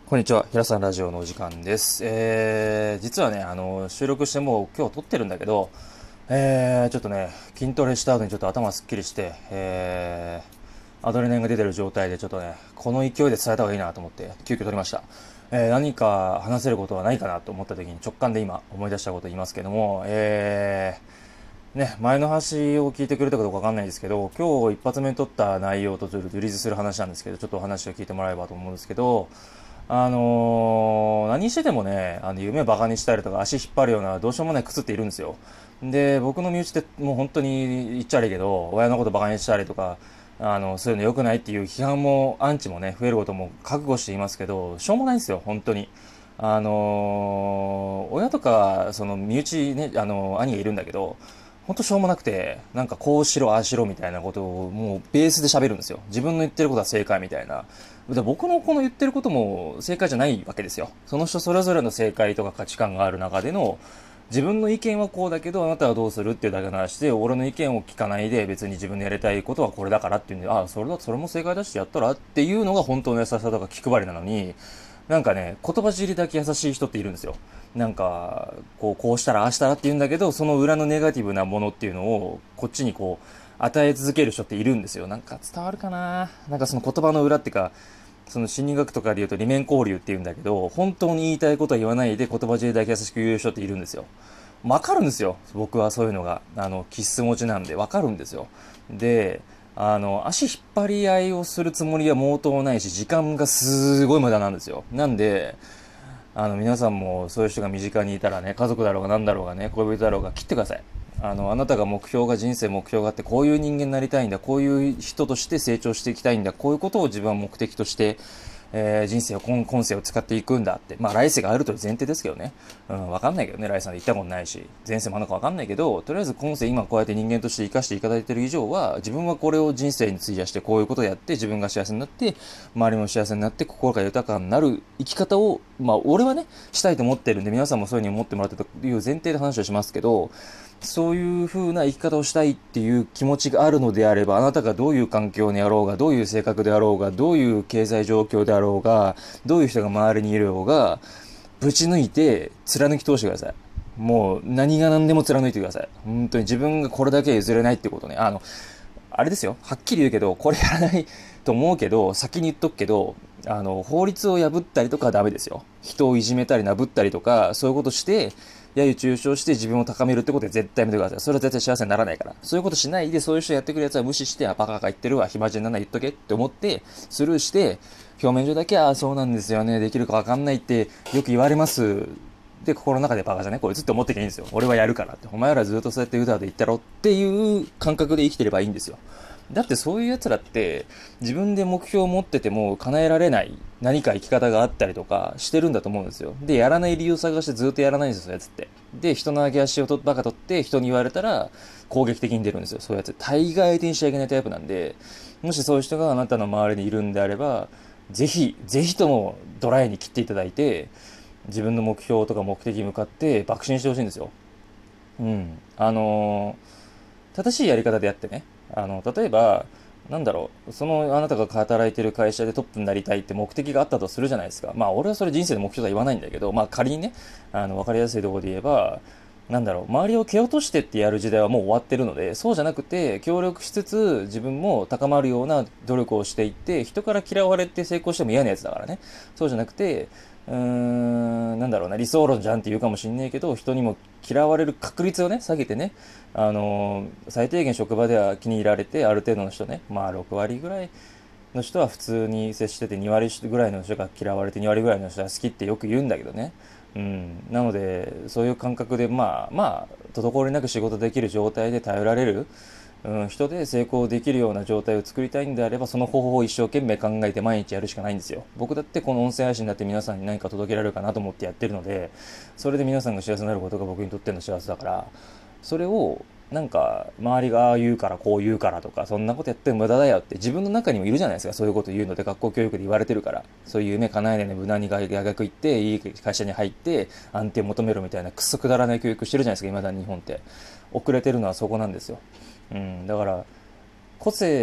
こんにちは、平さんラジオのお時間です。実はね、収録してもう今日撮ってるんだけど、ちょっとね、筋トレした後にちょっと頭すっきりして、アドレナリンが出てる状態でちょっとね、この勢いで伝えた方がいいなと思って急遽撮りました。何か話せることはないかなと思った時に直感で今思い出したことを言いますけども、前の話を聞いてくれたかどうかわかんないですけど、今日一発目に撮った内容とちょっとリリースする話なんですけど、ちょっとお話を聞いてもらえればと思うんですけど、何しててもね、夢をバカにしたりとか足引っ張るようなどうしようもない靴っているんですよ。で、僕の身内ってもう本当に言っちゃ悪いけど、親のことバカにしたりとか、そういうの良くないっていう批判もアンチもね、増えることも覚悟していますけど、しょうもないんですよ、本当に。親とか、その身内ね、兄がいるんだけど、本当しょうもなくて、なんかこうしろ、ああしろみたいなことをもうベースで喋るんですよ。自分の言ってることは正解みたいな。で僕のこの言ってることも正解じゃないわけですよ。その人それぞれの正解とか価値観がある中での、自分の意見はこうだけど、あなたはどうするっていうだけの話で、俺の意見を聞かないで、別に自分でやりたいことはこれだからっていうんで、ああ、それだ、それも正解だし、やったらっていうのが本当の優しさとか気配りなのに、なんかね、言葉尻だけ優しい人っているんですよ。なんか、こうしたら、ああしたらって言うんだけど、その裏のネガティブなものっていうのを、こっちに与え続ける人っているんですよ。なんか伝わるかな。なんかその言葉の裏っていうか、その心理学とかで言うと理面交流って言うんだけど、本当に言いたいことは言わないで言葉尻だけ優しく言う人っているんですよ。わかるんですよ。僕はそういうのが、気質持ちなんでわかるんですよ。で、足引っ張り合いをするつもりは毛頭ないし、時間がすごい無駄なんですよ。なんで、皆さんもそういう人が身近にいたらね、家族だろうが何だろうがね、恋人だろうが切ってください。あなたが人生目標があって、こういう人間になりたいんだ、こういう人として成長していきたいんだ、こういうことを自分は目的として、人生を今世を使っていくんだって。まあ来世があるという前提ですけどね。わかんないけどね、来世なんて行ったことないし、前世もあるのかわかんないけど、とりあえず今世今こうやって人間として生かしていただいている以上は、自分はこれを人生に費やしてこういうことをやって、自分が幸せになって、周りも幸せになって、心が豊かになる生き方を、まあ俺はね、したいと思ってるんで、皆さんもそういう風に思ってもらってという前提で話をしますけど、そういう風な生き方をしたいっていう気持ちがあるのであれば、あなたがどういう環境にあろうが、どういう性格であろうが、どういう経済状況であろうが、どういう人が周りにいるようが、ぶち抜いて貫き通してください。もう何が何でも貫いてください。本当に自分がこれだけは譲れないってことね。あれですよ。はっきり言うけど、これやらないと思うけど、先に言っとくけど、法律を破ったりとかはダメですよ。人をいじめたりなぶったりとか、そういうことして、揶揄中傷して自分を高めるってことは絶対やめてください。それは絶対幸せにならないから。そういうことしないで、そういう人やってくるやつは無視して、あ、バカバカ言ってるわ、暇人なんな言っとけって思って、スルーして、表面上だけ、あ、そうなんですよね、できるかわかんないってよく言われます。で、心の中でバカじゃねこいつって思ってきゃいいんですよ。俺はやるからって。お前らずっとそうやって歌で言ったろっていう感覚で生きてればいいんですよ。だってそういう奴らって自分で目標を持ってても叶えられない何か生き方があったりとかしてるんだと思うんですよ。で、やらない理由を探してずっとやらないんですよ、そういうやつって。で、人の上げ足をバカ取って人に言われたら攻撃的に出るんですよ、そういうやつ。大概相手にしちゃいけないタイプなんで、もしそういう人があなたの周りにいるんであれば、ぜひともドライに切っていただいて、自分の目標とか目的に向かって爆心してほしいんですよ。うん。正しいやり方でやってね。例えば、なんだろう、そのあなたが働いてる会社でトップになりたいって目的があったとするじゃないですか。まあ俺はそれ人生の目標とは言わないんだけど、まあ仮にね、わかりやすいところで言えば、なんだろう、周りを蹴落としてってやる時代はもう終わってるので、そうじゃなくて、協力しつつ自分も高まるような努力をしていって、人から嫌われて成功しても嫌なやつだからね。そうじゃなくて、なんだろうな、理想論じゃんって言うかもしんないけど、人にも嫌われる確率をね、下げてね、最低限職場では気に入られて、ある程度の人ね、まあ6割ぐらいの人は普通に接してて、2割ぐらいの人が嫌われて、2割ぐらいの人は好きってよく言うんだけどね。うん。なので、そういう感覚で、滞りなく仕事できる状態で頼られる、人で成功できるような状態を作りたいんであれば、その方法を一生懸命考えて毎日やるしかないんですよ。僕だってこの音声配信になって皆さんに何か届けられるかなと思ってやってるので、それで皆さんが幸せになることが僕にとっての幸せだから、それを、なんか、周りがああ言うからこう言うからとか、そんなことやって無駄だよって自分の中にもいるじゃないですか。そういうこと言うので学校教育で言われてるから。そういう夢叶えないで無駄に大学行って、いい会社に入って、安定を求めろみたいなクソくだらない教育してるじゃないですか、未だに日本って。遅れてるのはそこなんですよ。だから、個性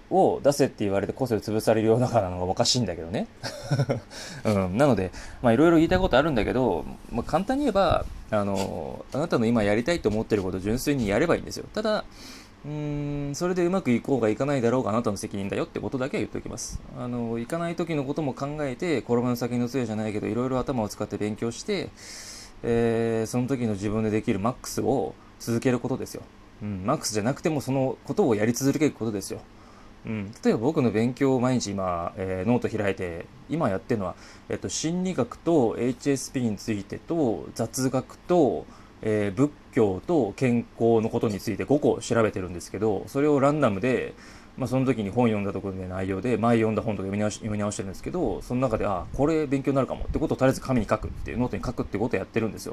を出せって言われて個性を潰されるようだからのがおかしいんだけどね。なので、いろいろ言いたいことあるんだけど、簡単に言えば、あなたの今やりたいと思ってることを純粋にやればいいんですよ。ただ、それでうまくいこうがいかないだろうがあなたの責任だよってことだけは言っておきます。いかない時のことも考えて、転ばぬ先の杖じゃないけど、いろいろ頭を使って勉強して、その時の自分でできるマックスを続けることですよ。マックスじゃなくてもそのことをやり続けることですよ。例えば僕の勉強を毎日今、ノート開いて今やってるのは、心理学と HSP についてと雑学と、仏教と健康のことについて5個調べてるんですけど、それをランダムで、その時に本読んだところで内容で前読んだ本とか読み直してるんですけど、その中でこれ勉強になるかもってことをとりあえず紙に書くっていうノートに書くってことをやってるんですよ。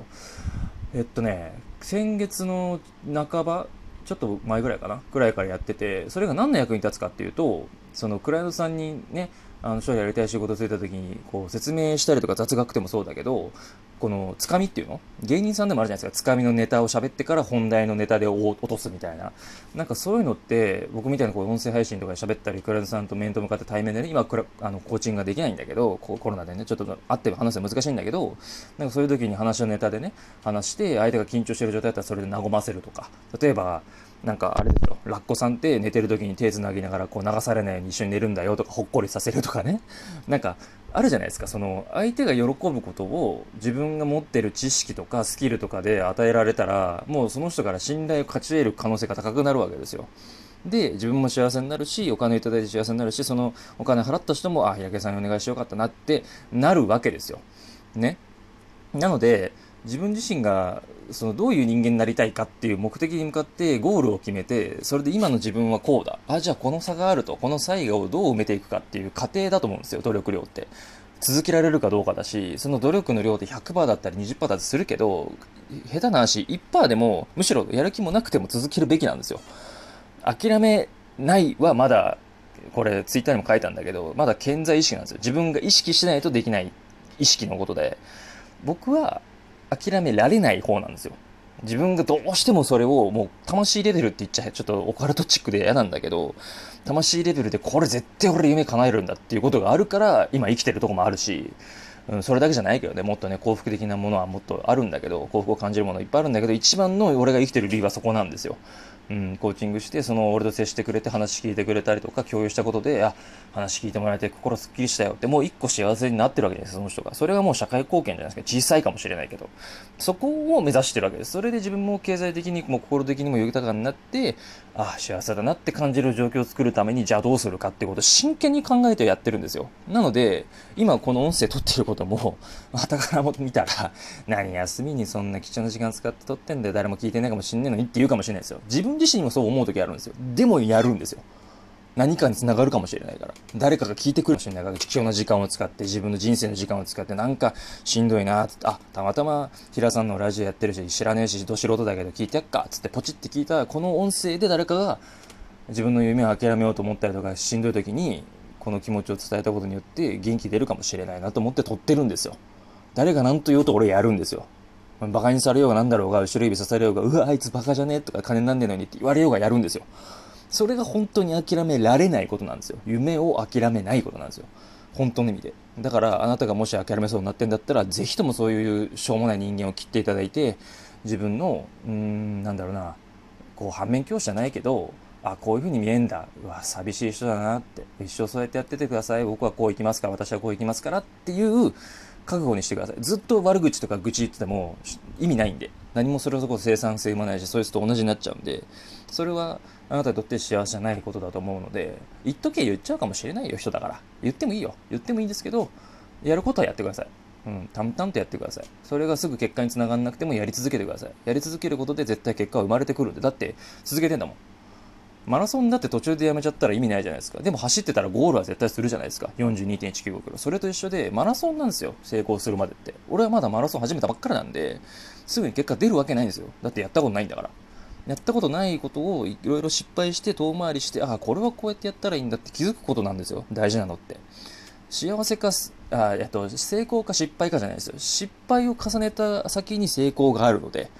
先月の半ばちょっと前ぐらいかなくらいからやってて、それが何の役に立つかっていうと、そのクライアントさんにね、将来やりたい仕事ついた時にこう説明したりとか、雑学でもそうだけど、このつかみっていうの、芸人さんでもあるじゃないですか。つかみのネタを喋ってから本題のネタで落とすみたいな、なんかそういうのって僕みたいなこう音声配信とかで喋ったり、クライアントさんと面と向かって対面でね、今コーチングができないんだけど、コロナでねちょっと会って話すの難しいんだけど、なんかそういう時に話のネタでね話して、相手が緊張してる状態だったらそれで和ませるとか、例えばなんかあれですよ、ラッコさんって寝てる時に手つなぎながらこう流されないように一緒に寝るんだよとか、ほっこりさせるとかね、なんかあるじゃないですか。その相手が喜ぶことを自分が持ってる知識とかスキルとかで与えられたら、もうその人から信頼を勝ち得る可能性が高くなるわけですよ。で、自分も幸せになるし、お金いただいて幸せになるし、そのお金払った人も、日焼けさんにお願いしようかったなってなるわけですよ。ね。なので、自分自身がそのどういう人間になりたいかっていう目的に向かってゴールを決めて、それで今の自分はこうだ、じゃあこの差があると、この差異をどう埋めていくかっていう過程だと思うんですよ。努力量って続けられるかどうかだし、その努力の量で 100% だったり 20% だってするけど、下手な話 1% でもむしろやる気もなくても続けるべきなんですよ。諦めないはまだ、これツイッターにも書いたんだけど、まだ健在意識なんですよ。自分が意識しないとできない意識のことで、僕は諦められない方なんですよ。自分がどうしてもそれをもう魂レベルって言っちゃちょっとオカルトチックで嫌なんだけど、魂レベルでこれ絶対俺夢叶えるんだっていうことがあるから今生きてるとこもあるし、それだけじゃないけどね、もっとね幸福的なものはもっとあるんだけど、幸福を感じるものいっぱいあるんだけど、一番の俺が生きてる理由はそこなんですよ。コーチングして、その俺と接してくれて話聞いてくれたりとか共有したことで、話聞いてもらえて心すっきりしたよって、もう一個幸せになってるわけです、その人が。それがもう社会貢献じゃないですか。小さいかもしれないけど、そこを目指してるわけです。それで自分も経済的にも心的にも豊かになって、幸せだなって感じる状況を作るために、じゃあどうするかってことを真剣に考えてやってるんですよ。なので今この音声撮ってることも傍からも見たら、何休みにそんな貴重な時間使って撮ってんだよ、誰も聞いてないかもしんないのにって言うかもしれないですよ。自分自身もそう思う時あるんですよ。でもやるんですよ。何かに繋がるかもしれないから。誰かが聞いてくるかもしれないから、貴重な時間を使って、自分の人生の時間を使って、なんかしんどいなーって、たまたま平さんのラジオやってるし、知らねえし、ど素人だけど聞いてやっかつってポチって聞いたこの音声で、誰かが自分の夢を諦めようと思ったりとか、しんどい時にこの気持ちを伝えたことによって元気出るかもしれないなと思って撮ってるんですよ。誰が何と言おうと俺やるんですよ。バカにされようがなんだろうが、後ろ指さされようが、うわあいつバカじゃねえとか、金なんでないのにって言われようがやるんですよ。それが本当に諦められないことなんですよ。夢を諦めないことなんですよ。本当の意味で。だからあなたがもし諦めそうになってんだったら、ぜひともそういうしょうもない人間を切っていただいて、自分のなんだろうな、こう反面教師じゃないけど、こういう風に見えんだ、うわ寂しい人だなって、一生そうやってやっててください、僕はこう生きますから、私はこう生きますからっていう覚悟にしてください。ずっと悪口とか愚痴言ってても意味ないんで、何もそれこそ生産性もないし、そういう人と同じになっちゃうんで、それはあなたにとって幸せじゃないことだと思うので、言っとけ、言っちゃうかもしれないよ、人だから。言ってもいいよ、言ってもいいんですけど、やることはやってください。淡々とやってください。それがすぐ結果につながんなくてもやり続けてください。やり続けることで絶対結果は生まれてくるんで。だって続けてんだもん。マラソンだって途中でやめちゃったら意味ないじゃないですか。でも走ってたらゴールは絶対するじゃないですか。42.195 キロ。それと一緒で、マラソンなんですよ。成功するまでって。俺はまだマラソン始めたばっかりなんで、すぐに結果出るわけないんですよ。だってやったことないんだから。やったことないことをいろいろ失敗して遠回りして、これはこうやってやったらいいんだって気づくことなんですよ。大事なのって。幸せか成功か失敗かじゃないですよ。失敗を重ねた先に成功があるので、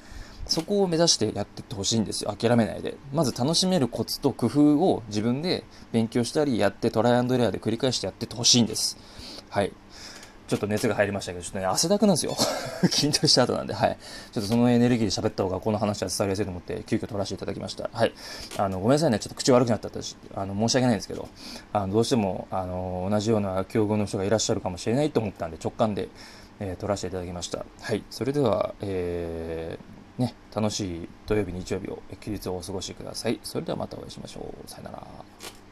そこを目指してやっていってほしいんですよ。諦めないで。まず楽しめるコツと工夫を自分で勉強したりやって、トライアンドエラーで繰り返してやっていってほしいんです。はい。ちょっと熱が入りましたけど、ちょっとね、汗だくなんですよ。筋トレした後なんで、はい。ちょっとそのエネルギーで喋った方がこの話は伝わりやすいと思って、急遽取らせていただきました。はい。ごめんなさいね、ちょっと口悪くなったし、申し訳ないんですけど、どうしても、同じような境遇の人がいらっしゃるかもしれないと思ったんで、直感で、取らせていただきました。はい。それでは、ね、楽しい土曜日、日曜日を、休日をお過ごしください。それではまたお会いしましょう。さよなら。